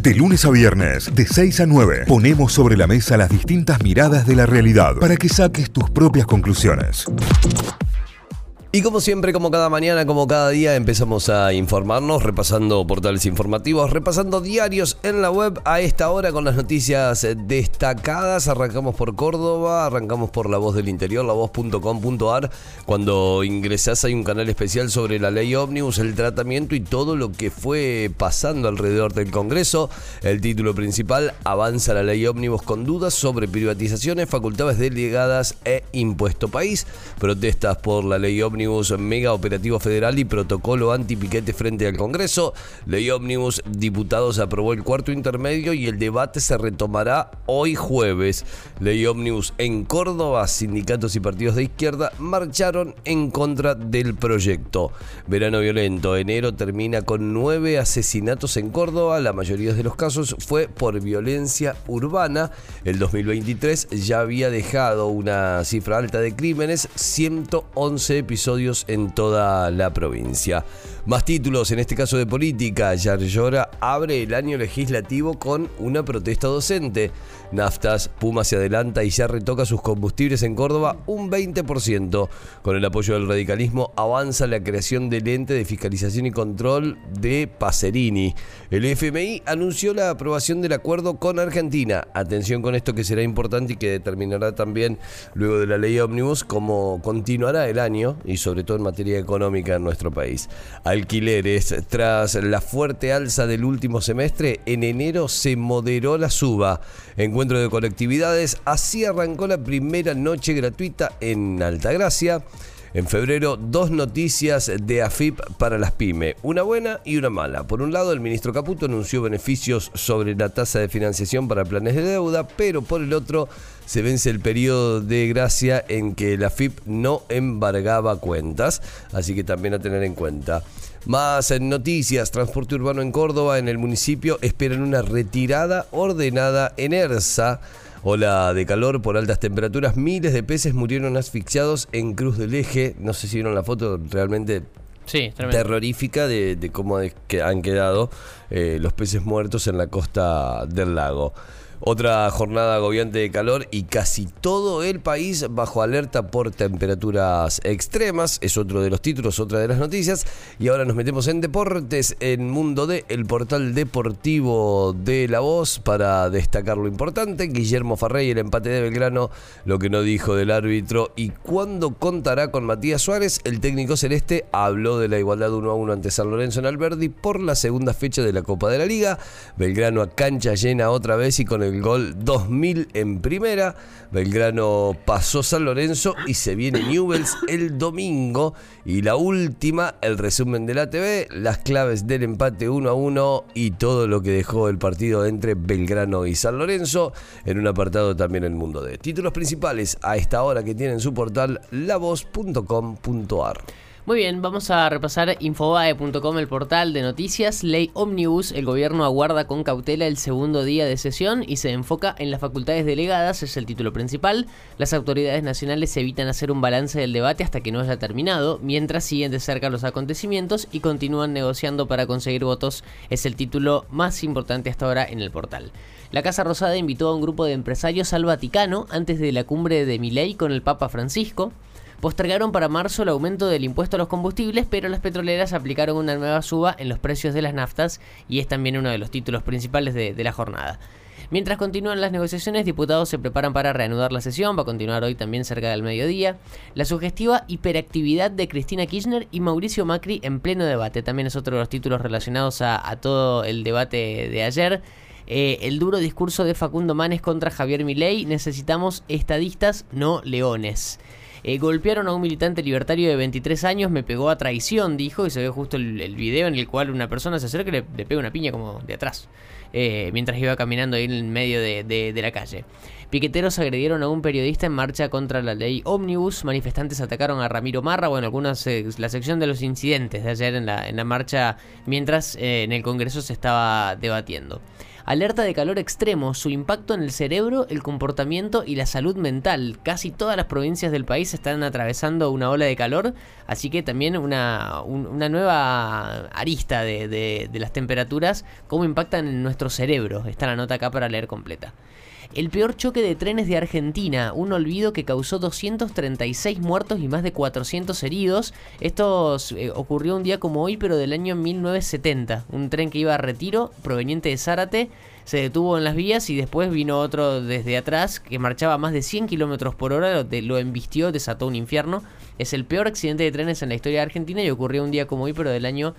De lunes a viernes, de 6 a 9, ponemos sobre la mesa las distintas miradas de la realidad para que saques tus propias conclusiones. Y como siempre, como cada mañana, como cada día, empezamos a informarnos, repasando portales informativos, repasando diarios en la web a esta hora con las noticias destacadas. Arrancamos por Córdoba, arrancamos por La Voz del Interior, lavoz.com.ar. Cuando ingresás hay un canal especial sobre la ley ómnibus, el tratamiento y todo lo que fue pasando alrededor del Congreso. El título principal: avanza la ley ómnibus con dudas sobre privatizaciones, facultades delegadas e impuesto país. Protestas por la ley ómnibus, mega operativo federal y protocolo antipiquete frente al Congreso. Ley ómnibus, diputados aprobó el cuarto intermedio y el debate se retomará hoy jueves. Ley ómnibus en Córdoba, sindicatos y partidos de izquierda marcharon en contra del proyecto. Verano violento, enero termina con 9 asesinatos en Córdoba, la mayoría de los casos fue por violencia urbana. El 2023 ya había dejado una cifra alta de crímenes, 111 episodios en toda la provincia. Más títulos, en este caso de política. Yarlora abre el año legislativo con una protesta docente. Naftas, Puma se adelanta y ya retoca sus combustibles en Córdoba un 20%. Con el apoyo del radicalismo avanza la creación del ente de fiscalización y control de Pacerini. El FMI anunció la aprobación del acuerdo con Argentina. Atención con esto, que será importante y que determinará también, luego de la ley ómnibus, cómo continuará el año y sobre todo en materia económica en nuestro país. Alquileres, tras la fuerte alza del último semestre, en enero se moderó la suba. Encuentro de colectividades, así arrancó la primera noche gratuita en Altagracia. En febrero, 2 noticias de AFIP para las pymes, una buena y una mala. Por un lado, el ministro Caputo anunció beneficios sobre la tasa de financiación para planes de deuda, pero por el otro, se vence el periodo de gracia en que la AFIP no embargaba cuentas, así que también a tener en cuenta. Más noticias, transporte urbano en Córdoba, en el municipio esperan una retirada ordenada en ERSA. Ola de calor por altas temperaturas, miles de peces murieron asfixiados en Cruz del Eje. No sé si vieron la foto, realmente sí, terrorífica de cómo han quedado los peces muertos en la costa del lago. Otra jornada agobiante de calor y casi todo el país bajo alerta por temperaturas extremas. Es otro de los títulos, otra de las noticias. Y ahora nos metemos en deportes, en Mundo D, el portal deportivo de La Voz, para destacar lo importante. Guillermo Farrey, el empate de Belgrano, lo que no dijo del árbitro y cuándo contará con Matías Suárez. El técnico celeste habló de la igualdad 1-1 ante San Lorenzo en Alberdi por la segunda fecha de la Copa de la Liga. Belgrano a cancha llena otra vez y con el gol 2000 en primera. Belgrano pasó San Lorenzo y se viene Newell's el domingo. Y la última, el resumen de la TV, las claves del empate 1-1 y todo lo que dejó el partido entre Belgrano y San Lorenzo, en un apartado también en Mundo D. Títulos principales a esta hora que tienen su portal lavoz.com.ar. Muy bien, vamos a repasar infobae.com, el portal de noticias. Ley ómnibus, el gobierno aguarda con cautela el segundo día de sesión y se enfoca en las facultades delegadas, es el título principal. Las autoridades nacionales evitan hacer un balance del debate hasta que no haya terminado, mientras siguen de cerca los acontecimientos y continúan negociando para conseguir votos, es el título más importante hasta ahora en el portal. La Casa Rosada invitó a un grupo de empresarios al Vaticano antes de la cumbre de Milei con el Papa Francisco. Postergaron para marzo el aumento del impuesto a los combustibles, pero las petroleras aplicaron una nueva suba en los precios de las naftas y es también uno de los títulos principales de la jornada. Mientras continúan las negociaciones, diputados se preparan para reanudar la sesión, va a continuar hoy también cerca del mediodía. La sugestiva hiperactividad de Cristina Kirchner y Mauricio Macri en pleno debate, también es otro de los títulos relacionados a todo el debate de ayer. El duro discurso de Facundo Manes contra Javier Milei: necesitamos estadistas, no leones. Golpearon a un militante libertario de 23 años, me pegó a traición, dijo, y se ve justo el video en el cual una persona se acerca y le pega una piña como de atrás, mientras iba caminando ahí en el medio de la calle. Piqueteros agredieron a un periodista en marcha contra la ley Ómnibus. Manifestantes atacaron a Ramiro Marra. Bueno, la sección de los incidentes de ayer en la marcha mientras en el Congreso se estaba debatiendo. Alerta de calor extremo, su impacto en el cerebro, el comportamiento y la salud mental. Casi todas las provincias del país están atravesando una ola de calor, así que también una nueva arista de las temperaturas, cómo impactan en nuestro cerebro. Está la nota acá para leer completa. El peor choque de trenes de Argentina, un olvido que causó 236 muertos y más de 400 heridos. Esto ocurrió un día como hoy, pero del año 1970. Un tren que iba a Retiro, proveniente de Zárate, se detuvo en las vías y después vino otro desde atrás que marchaba a más de 100 km por hora, lo embistió, desató un infierno. Es el peor accidente de trenes en la historia de Argentina y ocurrió un día como hoy, pero del año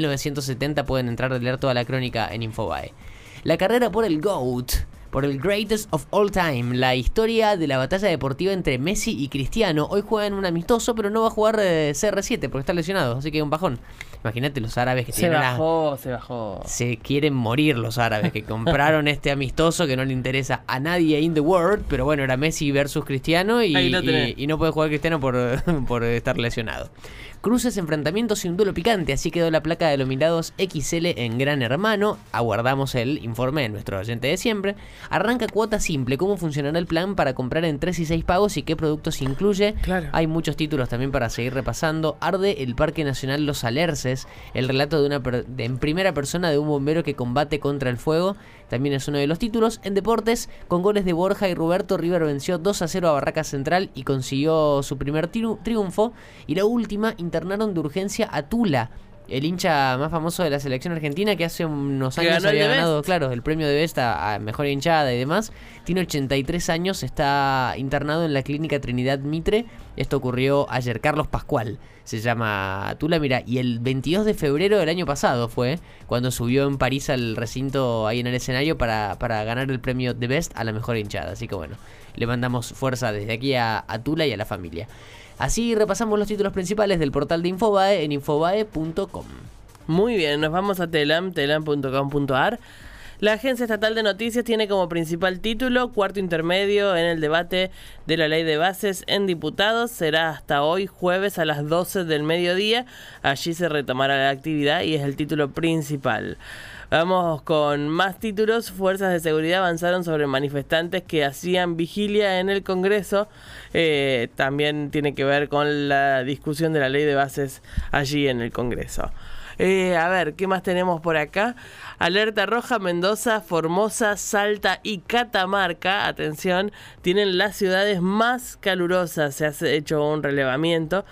1970. Pueden entrar a leer toda la crónica en Infobae. La carrera por el GOAT, por el Greatest of All Time, la historia de la batalla deportiva entre Messi y Cristiano. Hoy juegan un amistoso, pero no va a jugar CR7 porque está lesionado, así que un bajón. Imagínate los árabes que se bajó. Se quieren morir los árabes que compraron este amistoso que no le interesa a nadie in the world, pero bueno, era Messi versus Cristiano y no puede jugar Cristiano por estar lesionado. Cruces, enfrentamientos y un duelo picante, así quedó la placa de nominados XL en Gran Hermano. Aguardamos el informe de nuestro oyente de siempre. Arranca cuota simple, cómo funcionará el plan para comprar en 3 y 6 pagos y qué productos incluye. Claro. Hay muchos títulos también para seguir repasando. Arde el Parque Nacional Los Alerces, el relato en primera persona de un bombero que combate contra el fuego. También es uno de los títulos. En deportes, con goles de Borja y Roberto, River venció 2-0 a Barraca Central y consiguió su primer triunfo. Y la última, internaron de urgencia a Tula, el hincha más famoso de la selección argentina, que hace unos años había ganado, claro, el premio de Best a mejor hinchada y demás. Tiene 83 años, está internado en la clínica Trinidad Mitre. Esto ocurrió ayer. Carlos Pascual se llama Tula, mira, y el 22 de febrero del año pasado fue cuando subió en París al recinto ahí en el escenario para ganar el premio de Best a la mejor hinchada. Así que bueno, le mandamos fuerza desde aquí a Tula y a la familia. Así repasamos los títulos principales del portal de Infobae en infobae.com. Muy bien, nos vamos a telam.com.ar. La Agencia Estatal de Noticias tiene como principal título: cuarto intermedio en el debate de la ley de bases en diputados. Será hasta hoy jueves a las 12 del mediodía. Allí se retomará la actividad y es el título principal. Vamos con más títulos. Fuerzas de seguridad avanzaron sobre manifestantes que hacían vigilia en el Congreso. También tiene que ver con la discusión de la ley de bases allí en el Congreso. A ver, ¿qué más tenemos por acá? Alerta roja: Mendoza, Formosa, Salta y Catamarca, atención, tienen las ciudades más calurosas. Se ha hecho un relevamiento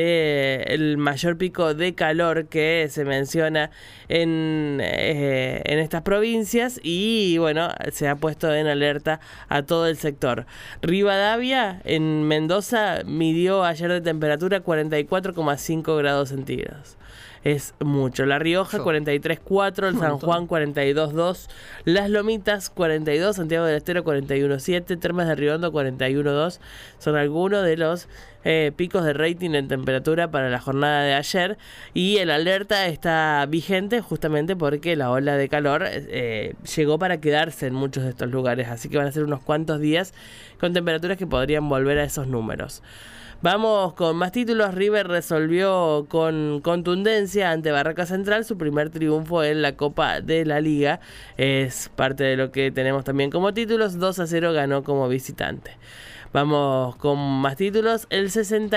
del mayor pico de calor que se menciona en estas provincias y bueno, se ha puesto en alerta a todo el sector. Rivadavia, en Mendoza, midió ayer de temperatura 44,5 grados centígrados. Es mucho. La Rioja 43,4, el San Juan 42,2, Las Lomitas 42, Santiago del Estero 41,7, Termas de Riondo 41,2. Son algunos de los picos de rating en temperatura para la jornada de ayer, y el alerta está vigente justamente porque la ola de calor llegó para quedarse en muchos de estos lugares, así que van a ser unos cuantos días con temperaturas que podrían volver a esos números. Vamos con más títulos. River resolvió con contundencia ante Barraca Central su primer triunfo en la Copa de la Liga. Es parte de lo que tenemos también como títulos. 2-0 ganó como visitante. Vamos con más títulos. El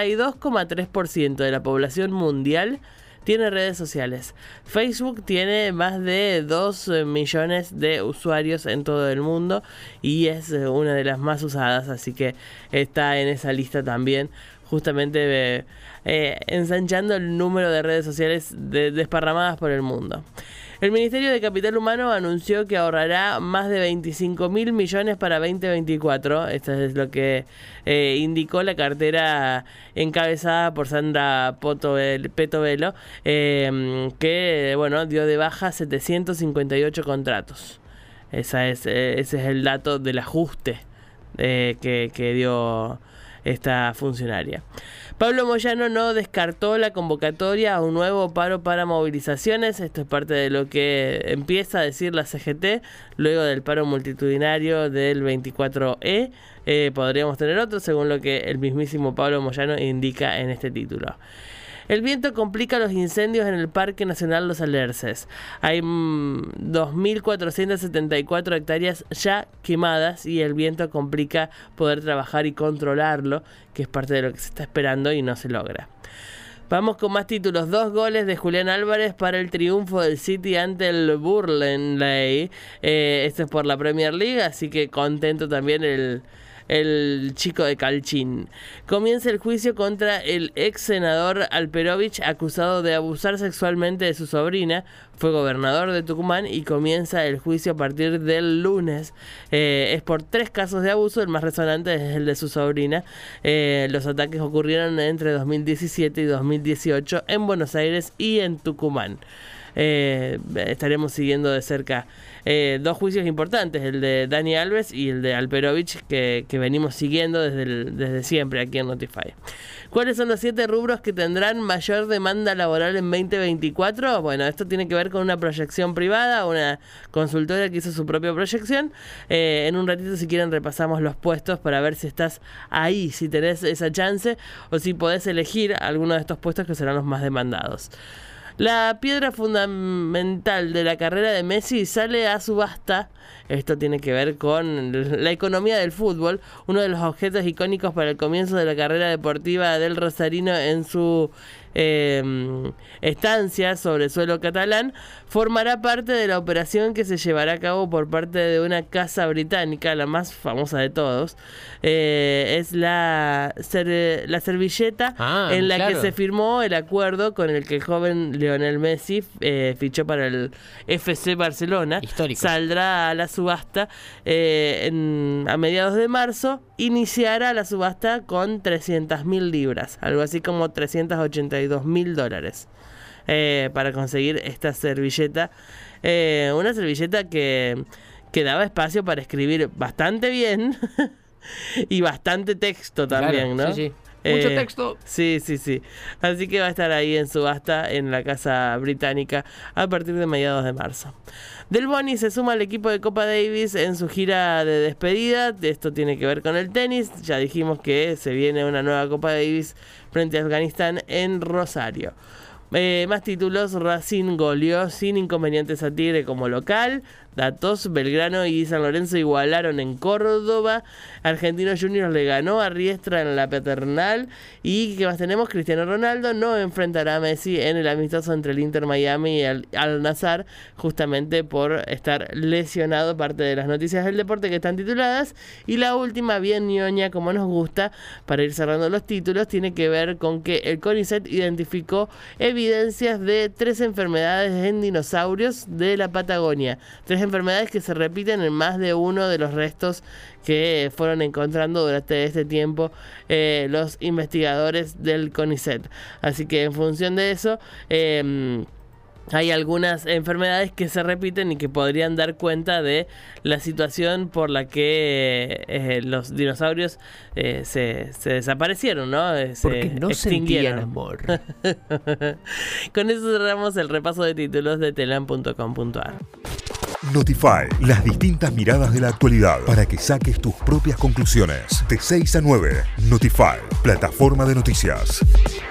62,3% de la población mundial tiene redes sociales. Facebook tiene más de 2 millones de usuarios en todo el mundo y es una de las más usadas, así que está en esa lista también, justamente ensanchando el número de redes sociales desparramadas por el mundo. El Ministerio de Capital Humano anunció que ahorrará más de 25.000 millones para 2024. Esto es lo que indicó la cartera encabezada por Sandra Petovelo, que bueno, dio de baja 758 contratos. Ese es el dato del ajuste que dio esta funcionaria. Pablo Moyano no descartó la convocatoria a un nuevo paro para movilizaciones. Esto es parte de lo que empieza a decir la CGT luego del paro multitudinario del 24E. Podríamos tener otro, según lo que el mismísimo Pablo Moyano indica en este título. El viento complica los incendios en el Parque Nacional Los Alerces. Hay 2.474 hectáreas ya quemadas y el viento complica poder trabajar y controlarlo, que es parte de lo que se está esperando y no se logra. Vamos con más títulos. 2 goles de Julián Álvarez para el triunfo del City ante el Burnley. Esto es por la Premier League, así que contento también el chico de Calchín. Comienza el juicio contra el ex senador Alperovich, acusado de abusar sexualmente de su sobrina. Fue gobernador de Tucumán y comienza el juicio a partir del lunes. Es por 3 casos de abuso, el más resonante es el de su sobrina. Los ataques ocurrieron entre 2017 y 2018 en Buenos Aires y en Tucumán. Estaremos siguiendo de cerca 2 juicios importantes, el de Dani Alves y el de Alperovich, que venimos siguiendo desde siempre aquí en Notify. ¿Cuáles son los 7 rubros que tendrán mayor demanda laboral en 2024? Bueno, esto tiene que ver con una proyección privada, una consultora que hizo su propia proyección. En un ratito, si quieren, repasamos los puestos para ver si estás ahí, si tenés esa chance o si podés elegir alguno de estos puestos que serán los más demandados. La piedra fundamental de la carrera de Messi sale a subasta. Esto tiene que ver con la economía del fútbol. Uno de los objetos icónicos para el comienzo de la carrera deportiva del rosarino en su estancia sobre suelo catalán formará parte de la operación que se llevará a cabo por parte de una casa británica, la más famosa de todos. Es la servilleta en la que se firmó el acuerdo con el que el joven Lionel Messi fichó para el FC Barcelona. Histórico. Saldrá a la subasta a mediados de marzo. Iniciará la subasta con 300.000 libras, algo así como $382.000 para conseguir esta servilleta. Una servilleta que daba espacio para escribir bastante bien y bastante texto también, claro, ¿no? Sí. Mucho texto. Sí. Así que va a estar ahí en subasta en la casa británica a partir de mediados de marzo. Del Boni se suma al equipo de Copa Davis en su gira de despedida. Esto tiene que ver con el tenis. Ya dijimos que se viene una nueva Copa Davis frente a Afganistán en Rosario. Más títulos. Racing goleó sin inconvenientes a Tigre como local. Datos: Belgrano y San Lorenzo igualaron en Córdoba. Argentinos Juniors le ganó a Riestra en la Paternal. Y ¿qué más tenemos? Cristiano Ronaldo no enfrentará a Messi en el amistoso entre el Inter Miami y el Al-Nassr, justamente por estar lesionado. Parte de las noticias del deporte que están tituladas. Y la última, bien ñoña como nos gusta, para ir cerrando los títulos, tiene que ver con que el CONICET identificó evidencias de 3 enfermedades en dinosaurios de la Patagonia. 3 enfermedades que se repiten en más de uno de los restos que fueron encontrando durante este tiempo los investigadores del CONICET. Así que en función de eso hay algunas enfermedades que se repiten y que podrían dar cuenta de la situación por la que los dinosaurios se desaparecieron, ¿no? Porque no sentían extinguieron. amor. Con eso cerramos el repaso de títulos de telam.com.ar. Notify, las distintas miradas de la actualidad para que saques tus propias conclusiones. De 6 a 9, Notify, plataforma de noticias.